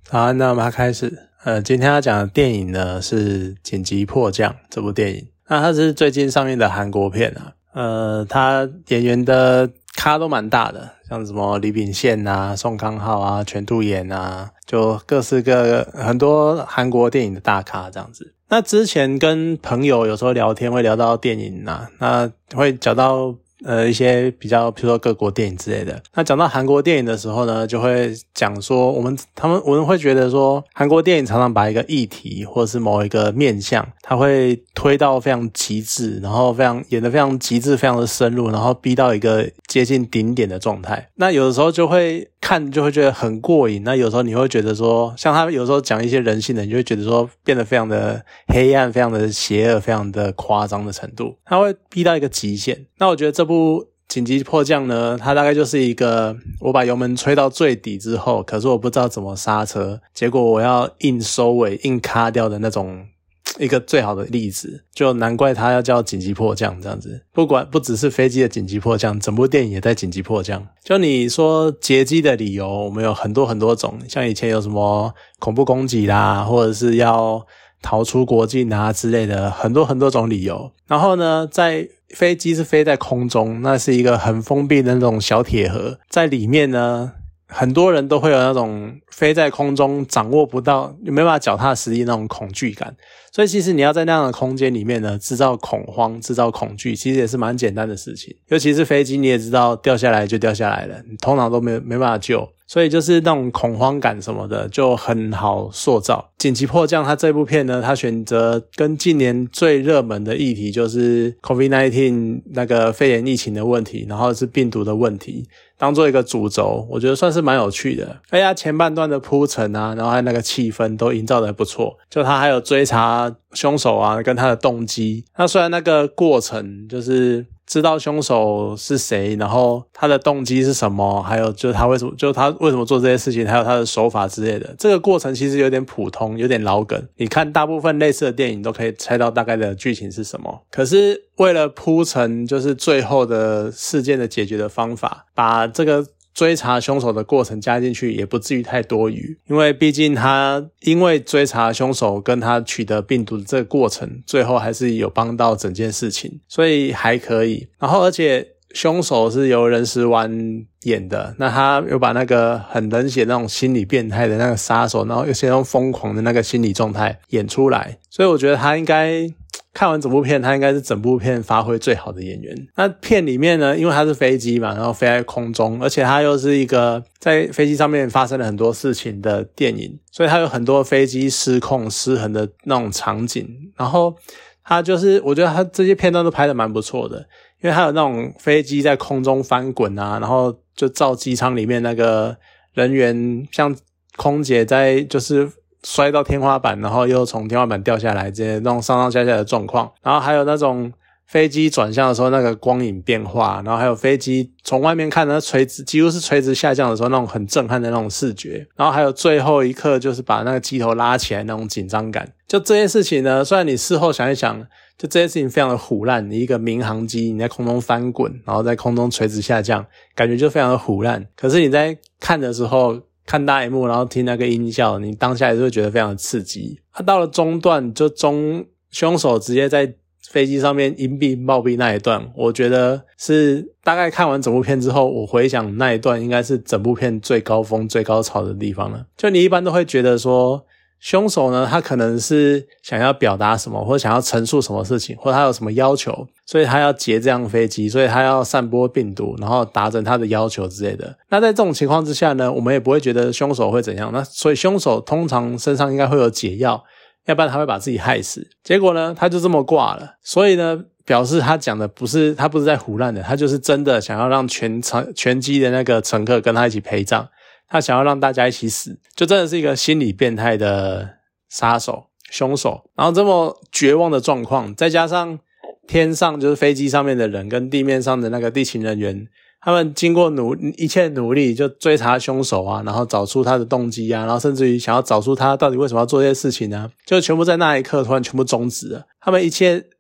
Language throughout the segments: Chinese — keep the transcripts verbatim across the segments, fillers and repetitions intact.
好，那我们开始。呃，今天要讲的电影呢是《紧急迫降》这部电影。那它是最近上映的韩国片啊。呃，它演员的咖都蛮大的，像什么李秉宪啊、宋康昊啊、全度妍啊，就各式各很多韩国电影的大咖这样子。那之前跟朋友有时候聊天会聊到电影啊，那会讲到呃，一些比较，比如说各国电影之类的。那讲到韩国电影的时候呢，就会讲说，我们他们我们会觉得说，韩国电影常常把一个议题或者是某一个面向，它会推到非常极致，然后非常演得非常极致，非常的深入，然后逼到一个接近顶点的状态。那有的时候就会看，就会觉得很过瘾。那有时候你会觉得说，像他有时候讲一些人性的，你就会觉得说，变得非常的黑暗，非常的邪恶，非常的夸张的程度，它会逼到一个极限。那我觉得这部紧急迫降呢，它大概就是一个我把油门吹到最底之后，可是我不知道怎么刹车，结果我要硬收尾硬卡掉的那种一个最好的例子。就难怪它要叫紧急迫降这样子，不管不只是飞机的紧急迫降，整部电影也在紧急迫降。就你说劫机的理由，我们有很多很多种，像以前有什么恐怖攻击啦，或者是要逃出国境啊之类的，很多很多种理由。然后呢，在飞机是飞在空中，那是一个很封闭的那种小铁盒，在里面呢，很多人都会有那种飞在空中掌握不到，没办法脚踏实地那种恐惧感。所以其实你要在那样的空间里面呢，制造恐慌，制造恐惧，其实也是蛮简单的事情。尤其是飞机，你也知道掉下来就掉下来了，你通常都没没办法救。所以就是那种恐慌感什么的就很好塑造。紧急迫降它这部片呢，它选择跟近年最热门的议题就是 COVID 十九 那个肺炎疫情的问题，然后是病毒的问题，当做一个主轴，我觉得算是蛮有趣的。而且它前半段的铺陈啊，然后还有那个气氛都营造得不错，就它还有追查凶手啊跟他的动机。那虽然那个过程就是知道凶手是谁，然后他的动机是什么，还有就是他为什么就他为什么做这些事情，还有他的手法之类的，这个过程其实有点普通，有点老梗，你看大部分类似的电影都可以猜到大概的剧情是什么。可是为了铺陈就是最后的事件的解决的方法，把这个追查凶手的过程加进去也不至于太多余，因为毕竟他因为追查凶手跟他取得病毒的这个过程，最后还是有帮到整件事情，所以还可以。然后而且凶手是由任时完演的，那他又把那个很冷血那种心理变态的那个杀手，然后又是那种疯狂的那个心理状态演出来，所以我觉得他应该看完整部片，他应该是整部片发挥最好的演员。那片里面呢，因为它是飞机嘛，然后飞在空中，而且它又是一个在飞机上面发生了很多事情的电影，所以它有很多飞机失控失衡的那种场景。然后它就是我觉得它这些片段都拍得蛮不错的，因为它有那种飞机在空中翻滚啊，然后就照机舱里面那个人员像空姐在就是摔到天花板，然后又从天花板掉下来，这些那种上上下下的状况。然后还有那种飞机转向的时候那个光影变化，然后还有飞机从外面看的垂直几乎是垂直下降的时候那种很震撼的那种视觉。然后还有最后一刻就是把那个机头拉起来那种紧张感。就这些事情呢，虽然你事后想一想，就这些事情非常的唬烂，你一个民航机你在空中翻滚，然后在空中垂直下降，感觉就非常的唬烂。可是你在看的时候看大荧幕，然后听那个音效，你当下也是会觉得非常的刺激。他、啊、到了中段，就中凶手直接在飞机上面隐蔽暴毙那一段，我觉得是大概看完整部片之后，我回想那一段应该是整部片最高峰最高潮的地方了。就你一般都会觉得说凶手呢，他可能是想要表达什么，或者想要陈述什么事情，或者他有什么要求，所以他要劫这辆飞机，所以他要散播病毒，然后达成他的要求之类的。那在这种情况之下呢，我们也不会觉得凶手会怎样，那所以凶手通常身上应该会有解药，要不然他会把自己害死。结果呢，他就这么挂了。所以呢，表示他讲的不是他不是在胡乱的，他就是真的想要让全乘全机的那个乘客跟他一起陪葬。他想要让大家一起死，就真的是一个心理变态的杀手凶手。然后这么绝望的状况，再加上天上就是飞机上面的人跟地面上的那个地勤人员，他们经过努一切努力就追查凶手啊，然后找出他的动机啊，然后甚至于想要找出他到底为什么要做这些事情呢，就全部在那一刻突然全部终止了。他们一切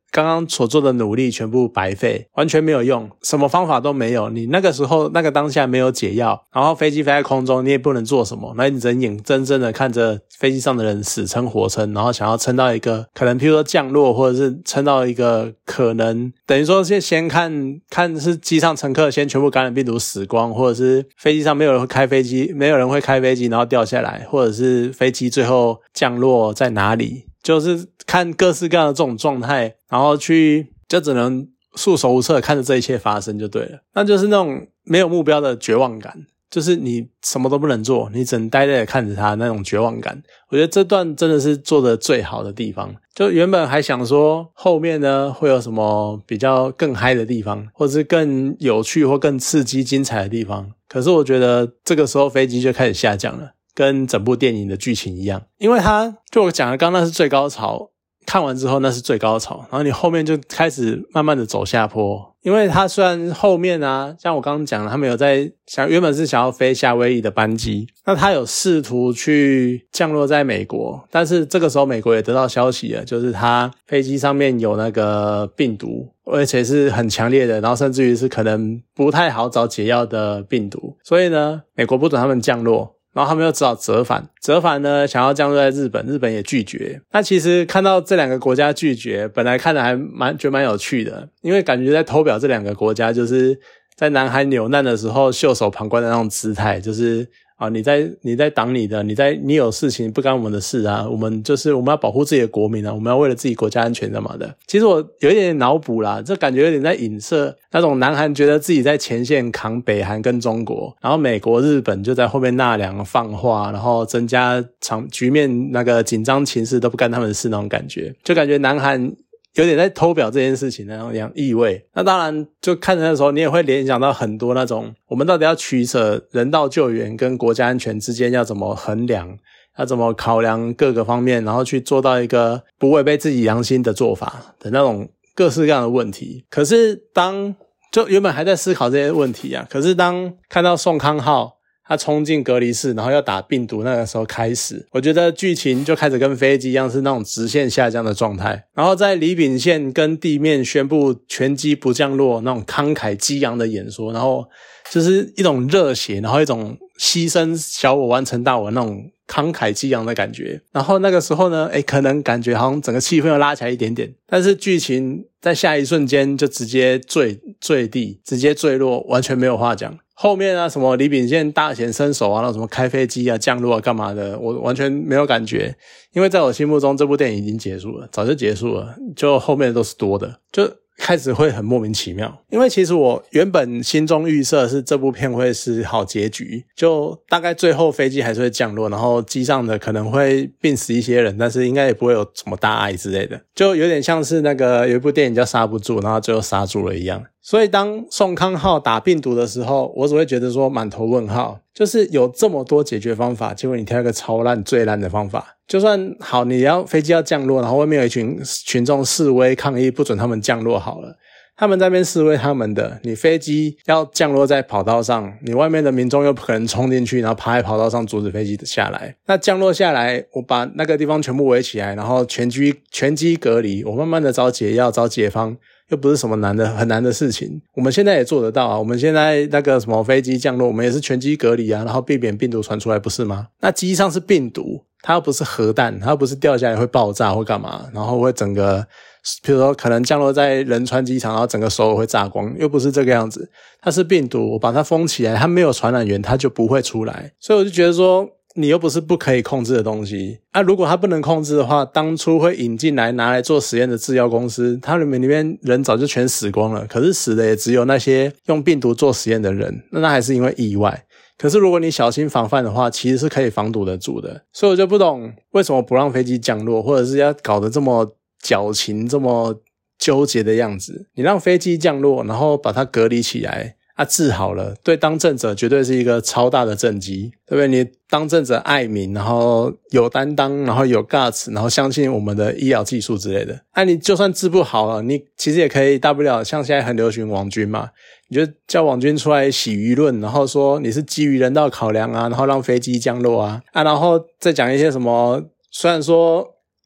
刚刚所做的努力全部白费，完全没有用，什么方法都没有。你那个时候那个当下没有解药，然后飞机飞在空中你也不能做什么，那你只能眼睁睁的看着飞机上的人死撑活撑，然后想要撑到一个可能譬如说降落，或者是撑到一个可能等于说先先看看是机上乘客先全部感染病毒死光，或者是飞机上没有人会开飞机，没有人会开飞机然后掉下来，或者是飞机最后降落在哪里，就是看各式各样的这种状态，然后去就只能束手无策看着这一切发生就对了。那就是那种没有目标的绝望感，就是你什么都不能做，你只能呆呆的看着它那种绝望感。我觉得这段真的是做的最好的地方。就原本还想说后面呢会有什么比较更嗨的地方，或者是更有趣或更刺激精彩的地方，可是我觉得这个时候飞机就开始下降了，跟整部电影的剧情一样。因为它就我讲的刚刚那是最高潮，看完之后那是最高潮，然后你后面就开始慢慢的走下坡。因为它虽然后面啊，像我刚刚讲的，他们有在想原本是想要飞夏威夷的班机，那他有试图去降落在美国，但是这个时候美国也得到消息了，就是他飞机上面有那个病毒，而且是很强烈的，然后甚至于是可能不太好找解药的病毒，所以呢美国不准他们降落，然后他们又只好折返，折返呢想要降落在日本，日本也拒绝。那其实看到这两个国家拒绝，本来看的还蛮觉得蛮有趣的，因为感觉在偷表这两个国家就是在南海扭难的时候袖手旁观的那种姿态，就是啊，你在你在挡你的，你在你有事情不干我们的事啊，我们就是我们要保护自己的国民啊，我们要为了自己国家安全干嘛的。其实我有一点脑补啦，这感觉有点在影射那种南韩觉得自己在前线扛北韩跟中国，然后美国日本就在后面纳凉放话，然后增加场局面那个紧张情势都不干他们的事那种感觉，就感觉南韩有点在偷表这件事情那种样意味。那当然就看着的时候你也会联想到很多那种我们到底要取舍人道救援跟国家安全之间要怎么衡量，要怎么考量各个方面，然后去做到一个不违背自己良心的做法的那种各式各样的问题。可是当就原本还在思考这些问题啊，可是当看到宋康昊他冲进隔离室然后要打病毒那个时候开始，我觉得剧情就开始跟飞机一样是那种直线下降的状态，然后在李秉宪跟地面宣布全机不降落那种慷慨激昂的演说，然后就是一种热血，然后一种牺牲小我完成大我那种慷慨激昂的感觉。然后那个时候呢诶可能感觉好像整个气氛又拉起来一点点，但是剧情在下一瞬间就直接坠坠地，直接坠落，完全没有话讲。后面啊什么李秉宪大显身手啊，那什么开飞机啊降落啊干嘛的，我完全没有感觉。因为在我心目中这部电影已经结束了，早就结束了，就后面都是多的，就开始会很莫名其妙。因为其实我原本心中预设是这部片会是好结局，就大概最后飞机还是会降落，然后机上的可能会病死一些人，但是应该也不会有什么大碍之类的，就有点像是那个有一部电影叫刹不住，然后最后刹住了一样。所以当宋康昊打病毒的时候，我只会觉得说满头问号，就是有这么多解决方法，结果你挑一个超烂最烂的方法。就算好你要飞机要降落，然后外面有一群群众示威抗议不准他们降落好了，他们在那边示威他们的，你飞机要降落在跑道上，你外面的民众又不可能冲进去然后趴在跑道上阻止飞机下来。那降落下来我把那个地方全部围起来，然后全机全机隔离，我慢慢的找解药找解方，又不是什么难的很难的事情，我们现在也做得到啊。我们现在那个什么飞机降落我们也是全机隔离啊，然后避免病毒传出来不是吗？那机上是病毒，它又不是核弹，它又不是掉下来会爆炸或干嘛，然后会整个比如说可能降落在仁川机场然后整个首尔会炸光，又不是这个样子。它是病毒，我把它封起来，它没有传染源它就不会出来。所以我就觉得说你又不是不可以控制的东西啊！如果它不能控制的话，当初会引进来拿来做实验的制药公司，它里面里面人早就全死光了，可是死的也只有那些用病毒做实验的人，那那还是因为意外。可是如果你小心防范的话，其实是可以防堵得住的。所以我就不懂为什么不让飞机降落，或者是要搞得这么矫情这么纠结的样子。你让飞机降落然后把它隔离起来啊，治好了，对当政者绝对是一个超大的政绩，对不对？你当政者爱民，然后有担当，然后有 guts， 然后相信我们的医疗技术之类的。啊，你就算治不好了，你其实也可以大不了像现在很流行网军嘛，你就叫网军出来洗舆论，然后说你是基于人道考量啊，然后让飞机降落啊，啊，然后再讲一些什么，虽然说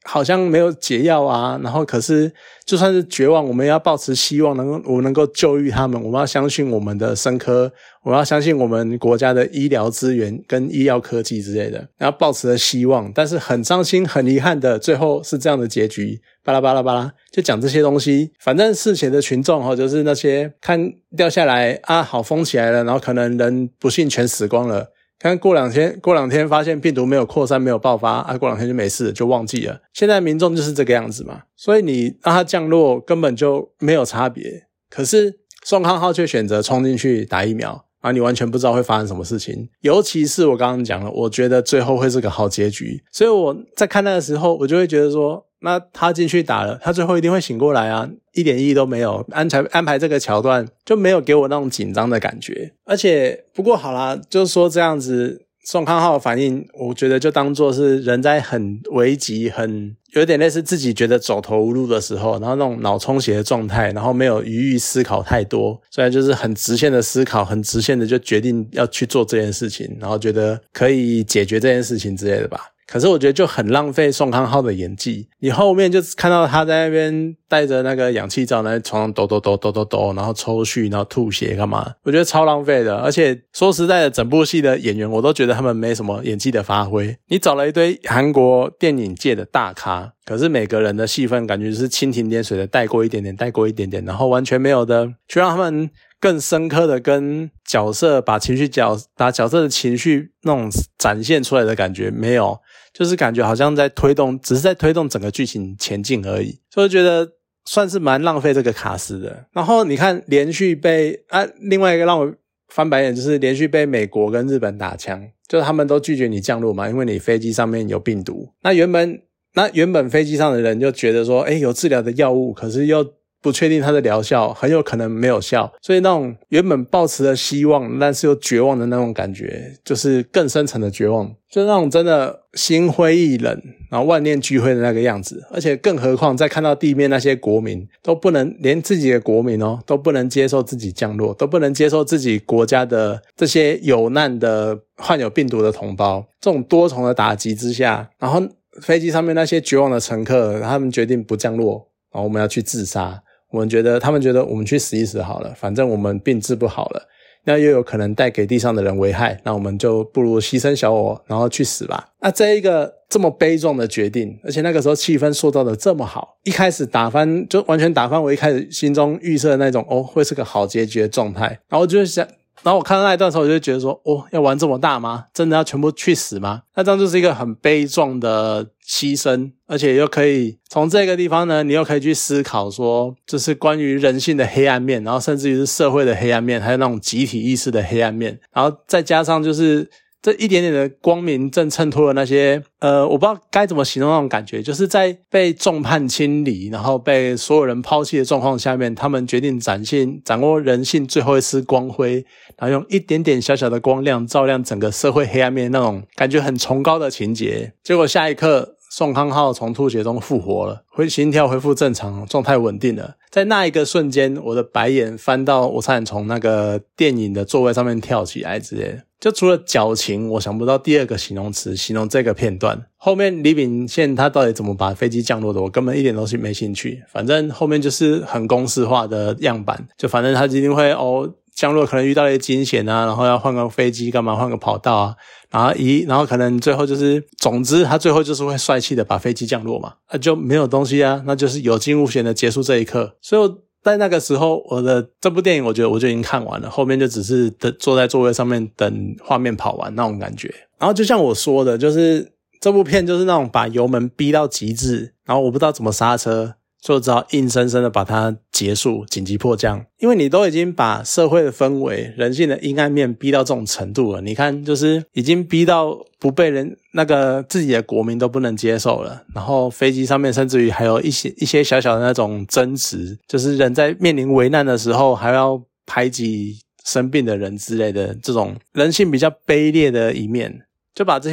好像没有解药啊，然后可是就算是绝望，我们也要抱持希望，能够我们能够救愈他们，我们要相信我们的生科，我们要相信我们国家的医疗资源跟医药科技之类的，然后抱持了希望，但是很伤心很遗憾的最后是这样的结局，巴拉巴拉巴拉就讲这些东西。反正事前的群众就是那些看掉下来啊好封起来了，然后可能人不幸全死光了，看过两天过两天发现病毒没有扩散没有爆发啊，过两天就没事了就忘记了。现在民众就是这个样子嘛，所以你让它降落根本就没有差别。可是宋康昊却选择冲进去打疫苗啊，你完全不知道会发生什么事情。尤其是我刚刚讲了，我觉得最后会是个好结局，所以我在看那个时候我就会觉得说，那他进去打了，他最后一定会醒过来啊，一点意义都没有。安排安排这个桥段就没有给我那种紧张的感觉。而且不过好啦，就是说这样子宋康昊的反应，我觉得就当作是人在很危急很有点类似自己觉得走投无路的时候，然后那种脑充血的状态，然后没有余裕思考太多，所以就是很直线的思考，很直线的就决定要去做这件事情，然后觉得可以解决这件事情之类的吧。可是我觉得就很浪费宋康昊的演技，你后面就看到他在那边带着那个氧气罩在床上抖抖抖抖抖抖，然后抽搐然后吐血干嘛，我觉得超浪费的。而且说实在的，整部戏的演员我都觉得他们没什么演技的发挥。你找了一堆韩国电影界的大咖，可是每个人的戏份感觉就是蜻蜓点水的带过一点点带过一点点，然后完全没有的去让他们更深刻的跟角色把情绪角把角色的情绪那种展现出来的感觉没有，就是感觉好像在推动只是在推动整个剧情前进而已，所以我觉得算是蛮浪费这个卡司的。然后你看连续被啊，另外一个让我翻白眼就是连续被美国跟日本打枪，就是他们都拒绝你降落嘛，因为你飞机上面有病毒。那原本那原本飞机上的人就觉得说，诶，有治疗的药物，可是又不确定它的疗效，很有可能没有效，所以那种原本抱持了希望但是又绝望的那种感觉，就是更深层的绝望，就是那种真的心灰意冷然后万念俱灰的那个样子。而且更何况在看到地面那些国民都不能，连自己的国民哦都不能接受自己降落，都不能接受自己国家的这些有难的患有病毒的同胞，这种多重的打击之下，然后飞机上面那些绝望的乘客他们决定不降落，然后我们要去自杀。我们觉得他们觉得我们去死一死好了，反正我们病治不好了，那又有可能带给地上的人危害，那我们就不如牺牲小我然后去死吧。那这一个这么悲壮的决定，而且那个时候气氛塑造的这么好，一开始打翻就完全打翻我一开始心中预设的那种哦会是个好结局的状态。然后我就想，然后我看到那一段的时候我就觉得说，哦要玩这么大吗？真的要全部去死吗？那这样就是一个很悲壮的牺牲，而且又可以从这个地方呢，你又可以去思考说，就是关于人性的黑暗面，然后甚至于是社会的黑暗面，还有那种集体意识的黑暗面，然后再加上就是这一点点的光明正衬托了那些呃，我不知道该怎么形容那种感觉，就是在被众叛亲离然后被所有人抛弃的状况下面，他们决定展现掌握人性最后一丝光辉，然后用一点点小小的光亮照亮整个社会黑暗面，那种感觉很崇高的情节。结果下一刻宋康昊从吐血中复活了，恢心跳恢复正常，状态稳定了。在那一个瞬间，我的白眼翻到我差点从那个电影的座位上面跳起来之类的。就除了矫情，我想不到第二个形容词形容这个片段。后面李秉宪他到底怎么把飞机降落的，我根本一点都是没兴趣。反正后面就是很公式化的样板，就反正他一定会哦降落可能遇到一些惊险啊，然后要换个飞机干嘛，换个跑道啊，然后一然后可能最后就是总之他最后就是会帅气的把飞机降落嘛，那就没有东西啊，那就是有惊无险的结束这一刻。所以我在那个时候我的这部电影我觉得我就已经看完了，后面就只是等坐在座位上面等画面跑完那种感觉。然后就像我说的，就是这部片就是那种把油门逼到极致，然后我不知道怎么刹车，就只好硬生生的把它结束，紧急迫降。因为你都已经把社会的氛围人性的阴暗面逼到这种程度了，你看就是已经逼到不被人那个自己的国民都不能接受了，然后飞机上面甚至于还有一些一些小小的那种争执，就是人在面临危难的时候还要排挤生病的人之类的，这种人性比较卑劣的一面就把这些都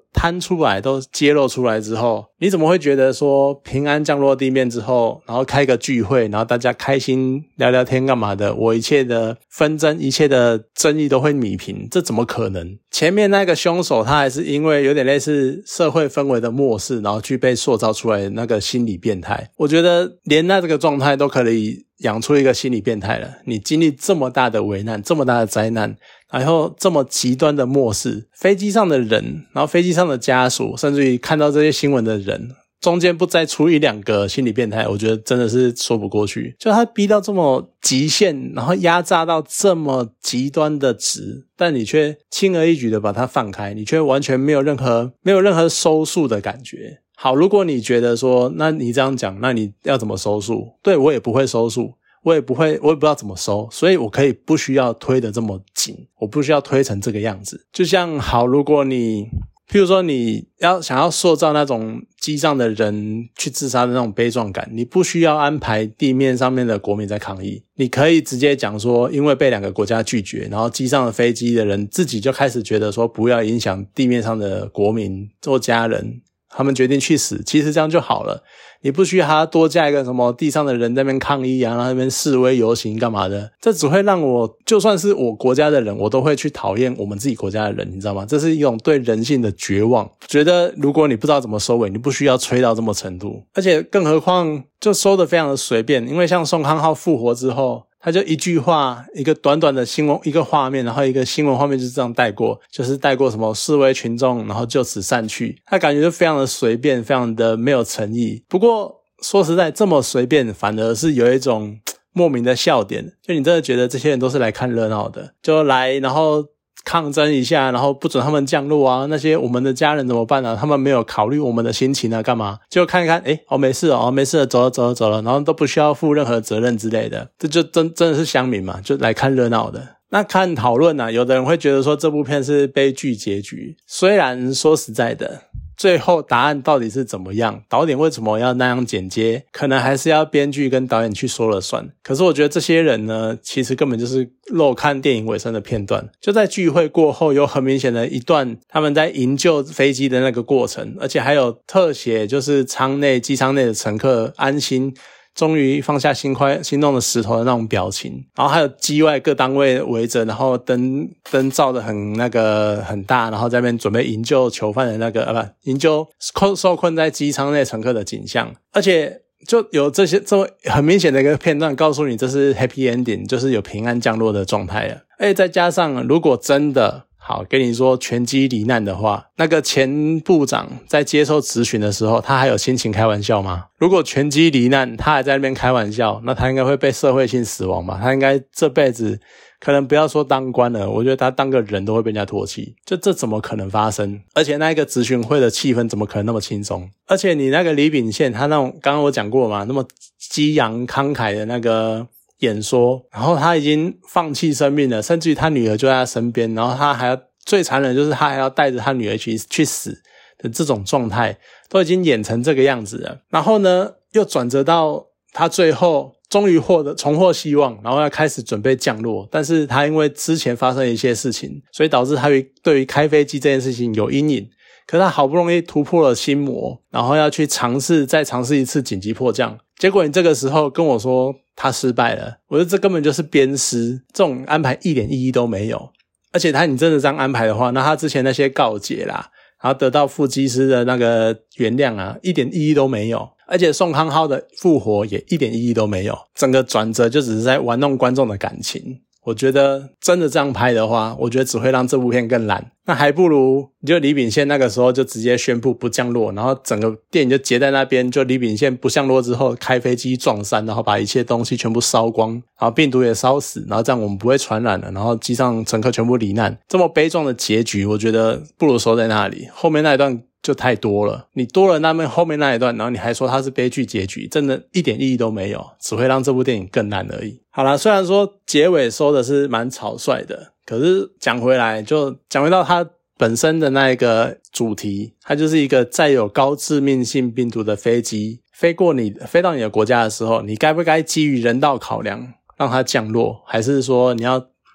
摊出来都揭露出来之后，你怎么会觉得说平安降落地面之后，然后开个聚会，然后大家开心聊聊天干嘛的，我一切的纷争一切的争议都会弭平？这怎么可能？前面那个凶手他还是因为有点类似社会氛围的漠视，然后去被塑造出来的那个心理变态。我觉得连那这个状态都可以养出一个心理变态了。你经历这么大的危难，这么大的灾难，然后这么极端的漠视，飞机上的人，然后飞机上的家属，甚至于看到这些新闻的人，中间不再出一两个心理变态，我觉得真的是说不过去。就他逼到这么极限，然后压榨到这么极端的值，但你却轻而易举的把它放开，你却完全没有任何没有任何收束的感觉。好，如果你觉得说那你这样讲，那你要怎么收束？对，我也不会收束，我也不会，我也不知道怎么收，所以我可以不需要推得这么紧，我不需要推成这个样子。就像好，如果你譬如说你要想要塑造那种机上的人去自杀的那种悲壮感，你不需要安排地面上面的国民在抗议，你可以直接讲说因为被两个国家拒绝，然后机上的飞机的人自己就开始觉得说不要影响地面上的国民做家人，他们决定去死，其实这样就好了。你不需要他多加一个什么地上的人在那边抗议啊，然后那边示威游行干嘛的，这只会让我就算是我国家的人，我都会去讨厌我们自己国家的人，你知道吗？这是一种对人性的绝望。觉得如果你不知道怎么收尾，你不需要吹到这么程度，而且更何况就收得非常的随便，因为像宋康昊复活之后，他就一句话，一个短短的新闻，一个画面，然后一个新闻画面就是这样带过，就是带过什么示威群众，然后就此散去。他感觉就非常的随便，非常的没有诚意。不过说实在，这么随便反而是有一种莫名的笑点，就你真的觉得这些人都是来看热闹的，就来然后抗争一下，然后不准他们降落啊，那些我们的家人怎么办啊？他们没有考虑我们的心情啊，干嘛？就看一看，诶，哦没事哦，没事了，走了走了走了，然后都不需要负任何责任之类的，这就真真的是乡民嘛，就来看热闹的。那看讨论啊，有的人会觉得说这部片是悲剧结局，虽然说实在的，最后答案到底是怎么样，导演为什么要那样剪接，可能还是要编剧跟导演去说了算。可是我觉得这些人呢，其实根本就是漏看电影尾声的片段，就在聚会过后有很明显的一段他们在营救飞机的那个过程，而且还有特写，就是舱内机舱内的乘客安心终于放下心块心中的石头的那种表情，然后还有机外各单位围着，然后灯灯照得很那个很大，然后在那边准备营救囚犯的那个啊不营救受困在机舱内乘客的景象。而且就有这些这么很明显的一个片段告诉你这是 happy ending， 就是有平安降落的状态了。而且再加上如果真的好跟你说全机罹难的话，那个前部长在接受质询的时候，他还有心情开玩笑吗？如果全机罹难他还在那边开玩笑，那他应该会被社会性死亡吧，他应该这辈子可能不要说当官了，我觉得他当个人都会被人家唾弃，就这怎么可能发生？而且那一个质询会的气氛怎么可能那么轻松？而且你那个李秉宪他那种刚刚我讲过嘛，那么激昂慷慨的那个演说，然后他已经放弃生命了，甚至于他女儿就在他身边，然后他还要最残忍就是他还要带着他女儿去去死的这种状态，都已经演成这个样子了。然后呢又转折到他最后终于获得重获希望，然后要开始准备降落，但是他因为之前发生一些事情，所以导致他对于开飞机这件事情有阴影。可是他好不容易突破了心魔，然后要去尝试再尝试一次紧急迫降，结果你这个时候跟我说他失败了，我觉得这根本就是鞭尸，这种安排一点意义都没有。而且他你真的这样安排的话，那他之前那些告解啦，然后得到副机师的那个原谅啊，一点意义都没有。而且宋康昊的复活也一点意义都没有，整个转折就只是在玩弄观众的感情。我觉得真的这样拍的话，我觉得只会让这部片更烂。那还不如就李秉宪那个时候就直接宣布不降落，然后整个电影就结在那边，就李秉宪不降落之后开飞机撞山，然后把一切东西全部烧光，然后病毒也烧死，然后这样我们不会传染了，然后机上乘客全部罹难。这么悲壮的结局，我觉得不如收在那里，后面那一段就太多了，你多了那么后面那一段，然后你还说它是悲剧结局，真的一点意义都没有，只会让这部电影更烂而已。好啦，虽然说结尾收的是蛮草率的，可是讲回来就讲回到它本身的那一个主题，它就是一个载有高致命性病毒的飞机飞过你飞到你的国家的时候，你该不该基于人道考量让它降落，还是说你要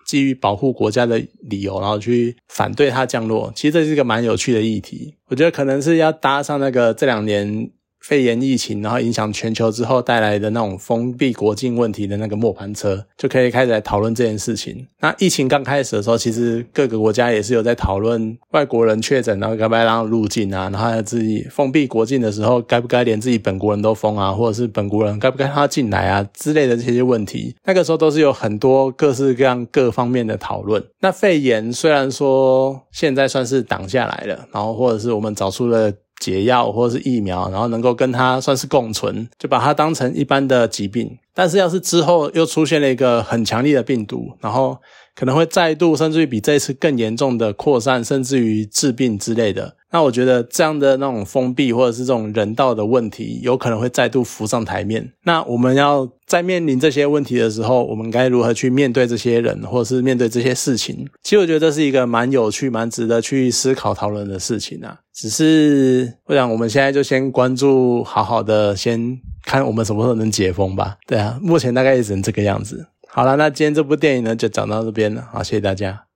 基于保护国家的理由，然后去反对它降落。其实这是一个蛮有趣的议题，我觉得可能是要搭上那个这两年肺炎疫情然后影响全球之后带来的那种封闭国境问题的那个末班车，就可以开始来讨论这件事情。那疫情刚开始的时候，其实各个国家也是有在讨论外国人确诊然后该不该让入境啊，然后还有自己封闭国境的时候该不该连自己本国人都封啊，或者是本国人该不该让他进来啊之类的这些问题。那个时候都是有很多各式各样各方面的讨论。那肺炎虽然说现在算是挡下来了，然后或者是我们找出了解药或者是疫苗，然后能够跟它算是共存，就把它当成一般的疾病。但是要是之后又出现了一个很强力的病毒，然后可能会再度甚至于比这一次更严重的扩散，甚至于致病之类的，那我觉得这样的那种封闭或者是这种人道的问题有可能会再度浮上台面。那我们要在面临这些问题的时候，我们该如何去面对这些人或者是面对这些事情，其实我觉得这是一个蛮有趣蛮值得去思考讨论的事情啊。只是我想我们现在就先关注好好的先看我们什么时候能解封吧。对啊，目前大概也只能这个样子。好了，那今天这部电影呢就讲到这边了，好，谢谢大家。